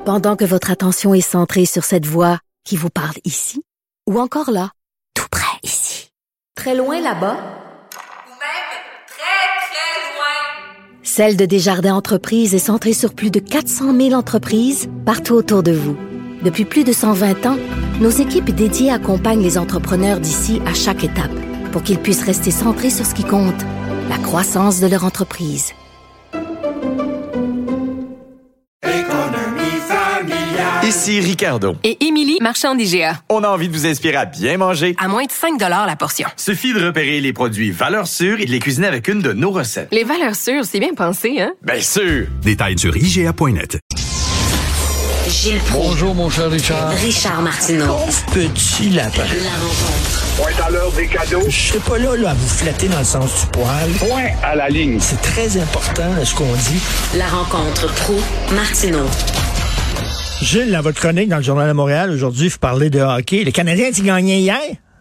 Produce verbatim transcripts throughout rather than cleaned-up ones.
Pendant que votre attention est centrée sur cette voix qui vous parle ici, ou encore là, tout près ici, très loin là-bas, ou même très, très loin. Celle de Desjardins Entreprises est centrée sur plus de quatre cent mille entreprises partout autour de vous. Depuis plus de cent vingt ans, nos équipes dédiées accompagnent les entrepreneurs d'ici à chaque étape pour qu'ils puissent rester centrés sur ce qui compte, la croissance de leur entreprise. Ici Ricardo. Et Émilie, marchand d'I G A. On a envie de vous inspirer à bien manger. À moins de cinq dollars la portion. Suffit de repérer les produits valeurs sûres et de les cuisiner avec une de nos recettes. Les valeurs sûres, c'est bien pensé, hein? Bien sûr! Détails sur I G A point net. Gilles Proulx. Bonjour, mon cher Richard. Richard Martineau. Petit lapin. La rencontre. Point à l'heure des cadeaux. Je serai pas là, là à vous flatter dans le sens du poil. Point à la ligne. C'est très important, ce qu'on dit. La rencontre Proulx-Martineau. Gilles, dans votre chronique dans le Journal de Montréal, aujourd'hui, vous parlez de hockey. Les Canadiens, ils gagné hier?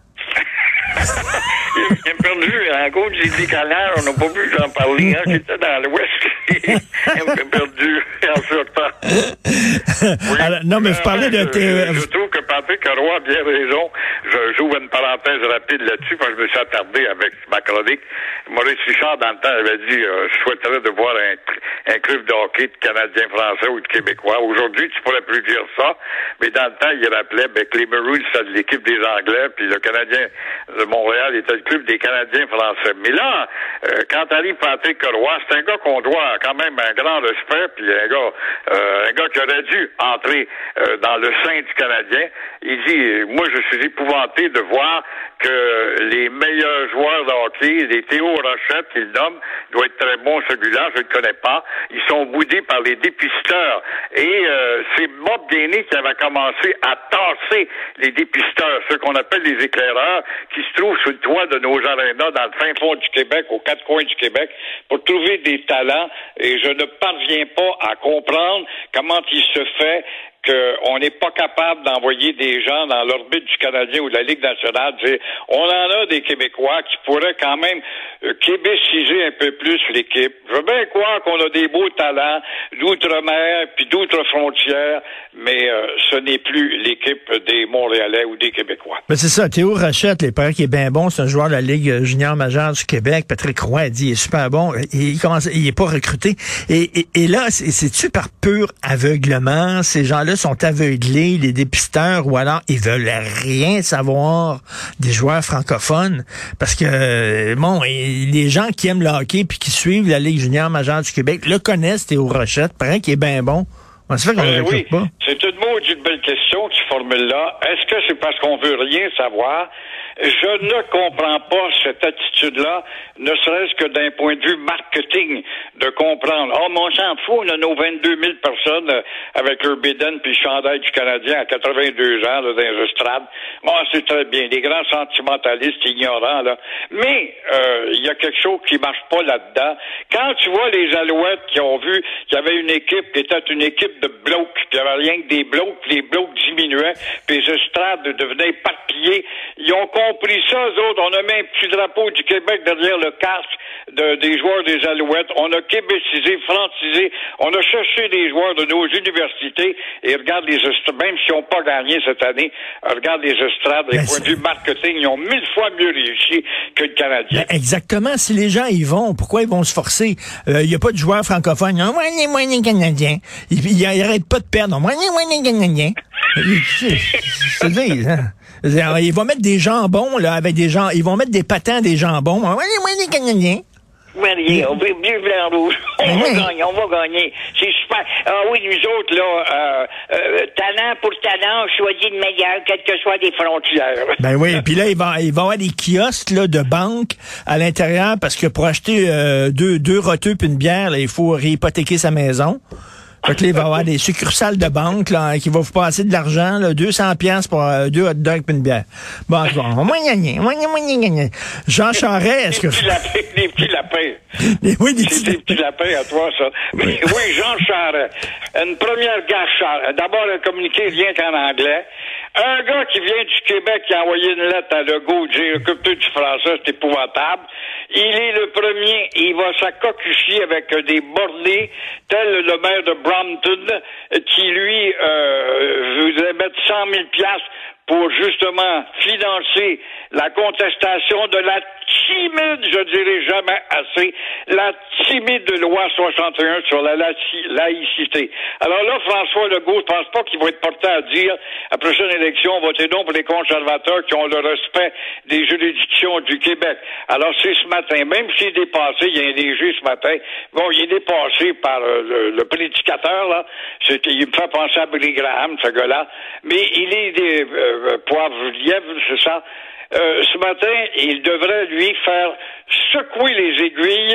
J'ai perdu en cause du décalage, on n'a pas pu en parler, hein, j'étais dans l'Ouest, j'ai perdu en sortant. Oui. Alors, non, mais vous parlez de... Je, je trouve que Patrick Roy a bien raison. Je j'ouvre une parenthèse rapide là-dessus, parce que je me suis attardé avec ma chronique. Maurice Richard, dans le temps, avait dit euh, je souhaiterais de voir un, un club de hockey de Canadiens français ou de Québécois. Aujourd'hui, tu pourrais plus dire ça, mais dans le temps, il rappelait ben, que les Maroons, c'était l'équipe des Anglais, puis le Canadien de Montréal était le club des Canadiens français. Mais là, euh, quand arrive Patrick Roy, c'est un gars qu'on doit quand même un grand respect, puis un gars, euh, un gars qui aurait dû entrer euh, dans le sein du Canadien. Il dit, moi, je suis épouvanté de voir que les meilleurs joueurs de hockey, les Théo Rochette, qu'il nomme, doit être très bon celui-là, je ne le connais pas. Ils sont boudés par les dépisteurs. Et euh, c'est Bob Gainey qui avait commencé à tasser les dépisteurs, ceux qu'on appelle les éclaireurs, qui se trouvent sous le toit de nos arénas dans le fin fond du Québec, aux quatre coins du Québec, pour trouver des talents. Et je ne parviens pas à comprendre comment il se fait qu'on n'est pas capable d'envoyer des gens dans l'orbite du Canadien ou de la Ligue nationale. On en a des Québécois qui pourraient quand même euh, québéciser un peu plus l'équipe. Je veux bien croire qu'on a des beaux talents d'outre-mer puis d'autres frontières, mais euh, ce n'est plus l'équipe des Montréalais ou des Québécois. Ben c'est ça, Théo Rochette, il paraît qu'il est bien bon, c'est un joueur de la Ligue junior majeure du Québec. Patrick Roy a dit il est super bon, il commence, il est pas recruté. Et, et, et là, c'est, c'est-tu par pur aveuglement, ces gens-là sont aveuglés, les dépisteurs, ou alors ils veulent rien savoir des joueurs francophones, parce que, bon, les gens qui aiment le hockey puis qui suivent la Ligue junior majeure du Québec le connaissent, Théo Rochette, paraît qu'il est bien bon. On se fait qu'on euh, le recrute oui. pas. C'est une maudite belle question que tu formules là. Est-ce que c'est parce qu'on veut rien savoir? Je ne comprends pas cette attitude-là, ne serait-ce que d'un point de vue marketing, de comprendre. Oh, mon s'en fout, on a nos vingt-deux mille personnes euh, avec leur bédaine puis le chandail du Canadien à quatre-vingt-deux ans là, dans les estrades. Bon, c'est très bien, des grands sentimentalistes ignorants, là. Mais euh, il y a quelque chose qui marche pas là-dedans. Quand tu vois les Alouettes qui ont vu qu'il y avait une équipe qui était une équipe de blocs, qu'il n'y avait rien que des blocs, puis les blocs diminuaient, puis les estrades devenaient éparpillées, ils ont compris ça, eux autres. On a mis un petit drapeau du Québec derrière le casque de, des joueurs des Alouettes. On a québécisé, francisé. On a cherché des joueurs de nos universités. Et regarde les estrades, même s'ils n'ont pas gagné cette année, regarde les estrades, des points de vue marketing, ils ont mille fois mieux réussi que le Canadien. Ben exactement. Si les gens y vont, pourquoi ils vont se forcer? Il euh, n'y a pas de joueurs francophones. Non, moi, les, moi, les Canadiens. Ils n'arrêtent pas de perdre. Moi, les, moi, les Canadiens. C'est dire, hein? Ils vont mettre des jambons, là, avec des gens, ils vont mettre des patins, des jambons. Moi, les Canadiens. Oui, on veut mieux blanc rouge. On va gagner, on va gagner. C'est super. Ah oui, nous autres, là, euh, euh, talent pour talent, on choisit le meilleur, quelles que soient des frontières. Ben oui, puis là, il va, il va y avoir des kiosques là, de banque à l'intérieur, parce que pour acheter euh, deux, deux roteux puis une bière, là, il faut réhypothéquer sa maison. Fait que là, il va y avoir des succursales de banque là, qui vont vous passer de l'argent, là, deux cents piastres pour euh, deux hot dogs et une bière. Bon, bon, on va gagner, on va gagner. Jean Charest, est-ce que... Des petits lapins, des petits lapins. Des, oui, des C'est des petits lapins à toi, ça. Mais oui, Jean Charest. Une première gaffe, Charest. D'abord, le communiqué vient qu'en anglais. Un gars qui vient du Québec qui a envoyé une lettre à Legault, dire occupe-toi du français, c'est épouvantable. Il est le premier, il va s'accocucher avec des bornés, tel le maire de Brampton, qui, lui, euh, voudrait mettre cent mille piastres pour justement financer la contestation de la timide, je dirais jamais assez, la timide loi soixante et un sur la laïcité. Alors là, François Legault, je pense pas qu'il va être porté à dire, à la prochaine élection, votez donc pour les conservateurs qui ont le respect des juridictions du Québec. Alors c'est ce matin, même s'il est dépassé, il y a un léger ce matin, bon, il est dépassé par euh, le, le prédicateur, là, c'est, il me fait penser à Billy Graham, ce gars-là, mais il est des euh, poivre lièvre, c'est ça. Euh, ce matin, il devrait, lui, faire secouer les aiguilles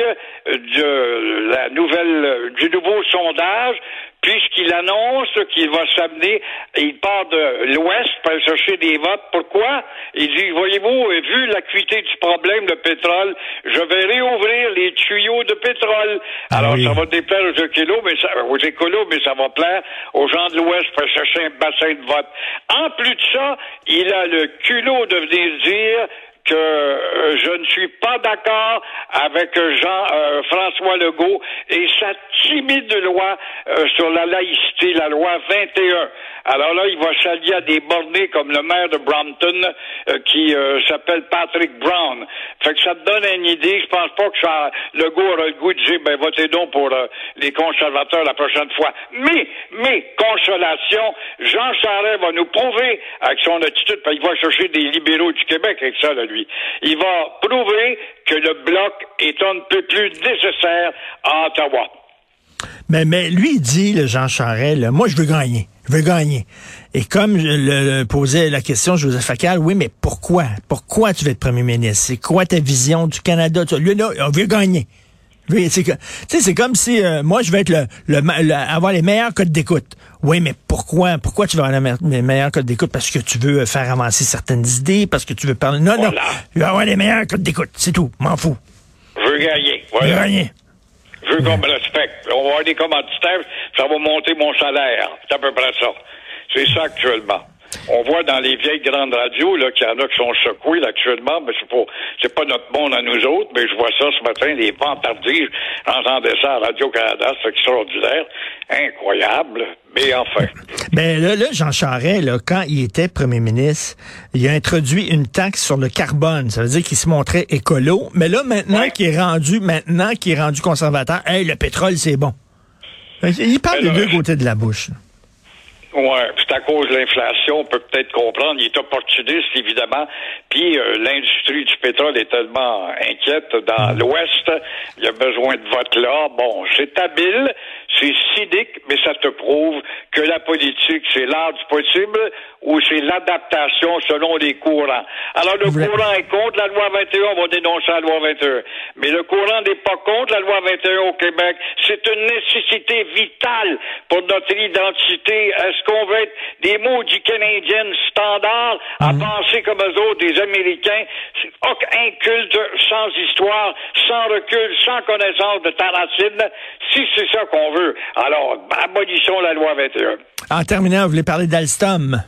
de la nouvelle, du nouveau sondage, puisqu'il annonce qu'il va s'amener, il part de l'Ouest pour aller chercher des votes. Pourquoi? Il dit, voyez-vous, vu l'acuité du problème de pétrole, je vais réouvrir les tuyaux de pétrole. Ah Alors, oui. ça va déplaire aux écolos, mais ça, aux écolos, mais ça va plaire aux gens de l'Ouest pour chercher un bassin de vote. En plus de ça, il a le culot de venir dire que euh, je ne suis pas d'accord avec Jean euh, François Legault et sa timide loi euh, sur la laïcité, la loi vingt et un. Alors là, il va s'allier à des bornés comme le maire de Brampton euh, qui euh, s'appelle Patrick Brown. Fait que ça te donne une idée. Je pense pas que ça, Legault aura le goût de dire, ben votez donc pour euh, les conservateurs la prochaine fois. Mais, mais, consolation, Jean Charest va nous prouver avec son attitude, il va chercher des libéraux du Québec avec ça, là, lui. Il va prouver que le bloc est un peu plus nécessaire à Ottawa. Mais, mais lui, il dit, le Jean Charest, là, moi, je veux gagner. Je veux gagner. Et comme je le, le posait la question, Joseph Facal, oui, mais pourquoi? Pourquoi tu veux être premier ministre? C'est quoi ta vision du Canada? Lui, là, on veut gagner. Oui, c'est que, tu sais, c'est comme si euh, moi je vais être le, le, le avoir les meilleurs codes d'écoute. Oui, mais pourquoi Pourquoi tu veux avoir les meilleurs codes d'écoute? Parce que tu veux faire avancer certaines idées, parce que tu veux parler. Non, voilà. non. Je veux avoir les meilleurs codes d'écoute, c'est tout. M'en fous. Je veux gagner. Voilà. Je veux gagner. Je veux qu'on me respecte. On va avoir des commanditaires, ça va monter mon salaire. C'est à peu près ça. C'est ça actuellement. On voit dans les vieilles grandes radios là, qu'il y en a qui sont secoués là, actuellement, mais c'est pas, c'est pas notre monde à nous autres, mais je vois ça ce matin, les vantardises, j'entendais ça à Radio-Canada, c'est extraordinaire, incroyable, mais enfin. Ben là, là, Jean Charest, là, quand il était premier ministre, il a introduit une taxe sur le carbone, ça veut dire qu'il se montrait écolo, mais là, maintenant ouais. qu'il est rendu, maintenant qu'il est rendu conservateur, hey, le pétrole, c'est bon. Il parle des deux côtés de la bouche. Là. Oui, c'est à cause de l'inflation, on peut peut-être comprendre. Il est opportuniste, évidemment. Puis euh, l'industrie du pétrole est tellement inquiète dans l'Ouest. Il y a besoin de vote là. Bon, c'est habile, c'est cynique, mais ça te prouve que la politique, c'est l'art du possible ou c'est l'adaptation selon les courants. Alors, le Vous courant est contre la loi vingt et un, on va dénoncer la loi vingt et un. Mais le courant n'est pas contre la loi vingt et un au Québec. C'est une nécessité vitale pour notre identité. Est-ce qu'on veut être des maudits Canadiens standards à mmh. penser comme eux autres, des Américains, incultes, sans histoire, sans recul, sans connaissance de ta racine? Si c'est ça qu'on veut, alors abolissons la loi vingt et un. En terminant, vous voulez parler d'Alstom?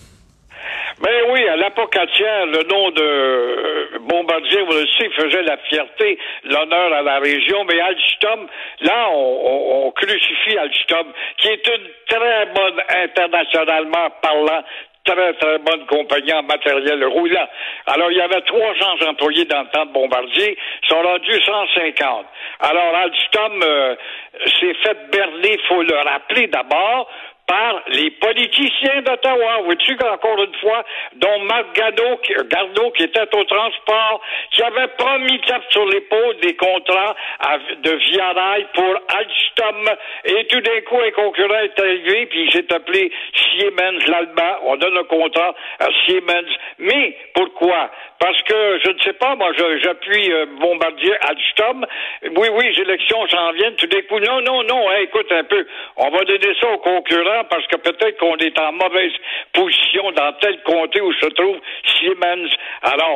Ben oui, à l'Apocatière, le nom de euh, Bombardier, vous le savez, faisait la fierté, l'honneur à la région, mais Alstom, là, on, on, on crucifie Alstom, qui est une très bonne, internationalement parlant, très, très bonne compagnie en matériel roulant. Alors, il y avait trois cents employés dans le temps de Bombardier, ils sont rendus cent cinquante. Alors, Alstom euh, s'est fait berner, il faut le rappeler d'abord, par les politiciens d'Ottawa. Vois-tu qu'encore une fois, dont Marc Garneau, qui, Garneau, qui était au transport, qui avait promis tape sur l'épaule des contrats à, de Via Rail pour Alstom. Et tout d'un coup, un concurrent est arrivé, puis il s'est appelé Siemens, l'Allemand. On donne le contrat à Siemens. Mais pourquoi? Parce que, je ne sais pas, moi, je, j'appuie euh, Bombardier Alstom. Oui, oui, les élections s'en viennent. Tout d'un coup, non, non, non, hein, écoute un peu. On va donner ça aux concurrents parce que peut-être qu'on est en mauvaise position dans tel comté où se trouve Siemens. Alors,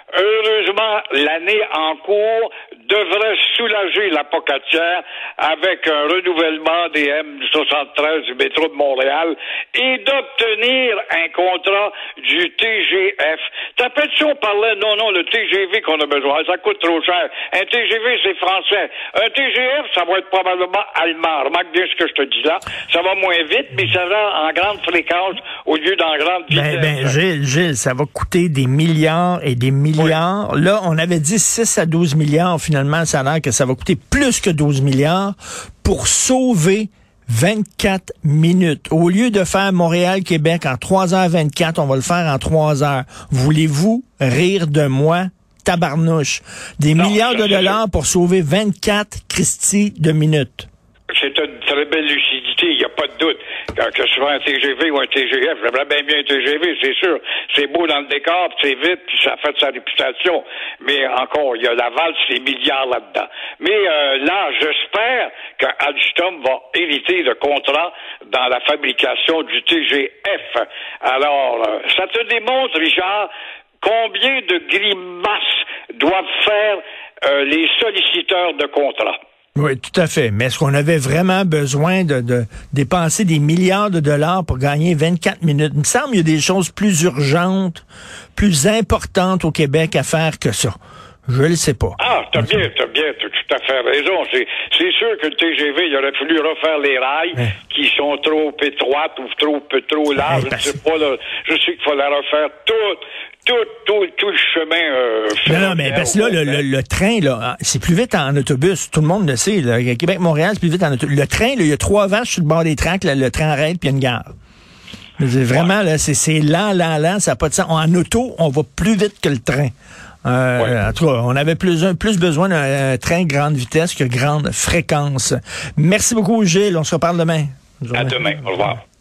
Heureusement, l'année en cours devrait soulager la pocatière avec un renouvellement des M soixante-treize du métro de Montréal et d'obtenir un contrat du T G F. T'appelles si on parlait, non, non, le T G V qu'on a besoin, ça coûte trop cher. Un T G V, c'est français. Un T G F, ça va être probablement allemand. Remarque bien ce que je te dis là. Ça va moins vite, mais ça va en grande fréquence au lieu d'en grande vitesse. Ben, ben, Gilles, Gilles, ça va coûter des milliards et des milliards. Oui. Là, on avait dit six à douze milliards. Finalement, ça a l'air que ça va coûter plus que douze milliards pour sauver vingt-quatre minutes. Au lieu de faire Montréal-Québec en trois heures vingt-quatre, on va le faire en trois heures. Voulez-vous rire de moi? Tabarnouche. Des non, milliards de dollars pour sauver vingt-quatre Christie de minutes. C'est une très belle lucidité, il n'y a pas de doute. Que ce soit un T G V ou un T G F, j'aimerais bien bien un T G V, c'est sûr. C'est beau dans le décor, c'est vite, puis ça fait sa réputation. Mais encore, il y a la valse, c'est milliards là-dedans. Mais euh, là, j'espère qu'Alstom va hériter le contrat dans la fabrication du T G F. Alors, euh, ça te démontre, Richard, combien de grimaces doivent faire euh, les solliciteurs de contrats. Oui, tout à fait. Mais est-ce qu'on avait vraiment besoin de, de dépenser des milliards de dollars pour gagner vingt-quatre minutes? Il me semble qu'il y a des choses plus urgentes, plus importantes au Québec à faire que ça. Je le sais pas. Ah, t'as okay. bien, t'as bien, t'as tout à fait raison. C'est, c'est sûr que le T G V, il aurait fallu refaire les rails ouais. qui sont trop étroites ou trop, trop larges. Ouais, je sais pas, là, je sais qu'il fallait refaire tout. Tout, tout, tout le chemin. Euh, non, non, mais parce que là, le, le, le train, là, c'est plus vite en autobus. Tout le monde le sait. Là. Québec-Montréal, c'est plus vite en autobus. Le train, là, il y a trois vaches sur le bord des tracks. Là, le train arrête, puis il y a une gare. C'est vraiment, ouais. là, c'est, c'est lent, lent, lent. Ça n'a pas de sens. En auto, on va plus vite que le train. Euh, ouais. En tout cas, on avait plus, plus besoin d'un train grande vitesse que grande fréquence. Merci beaucoup, Gilles. On se reparle demain. À demain. Au revoir.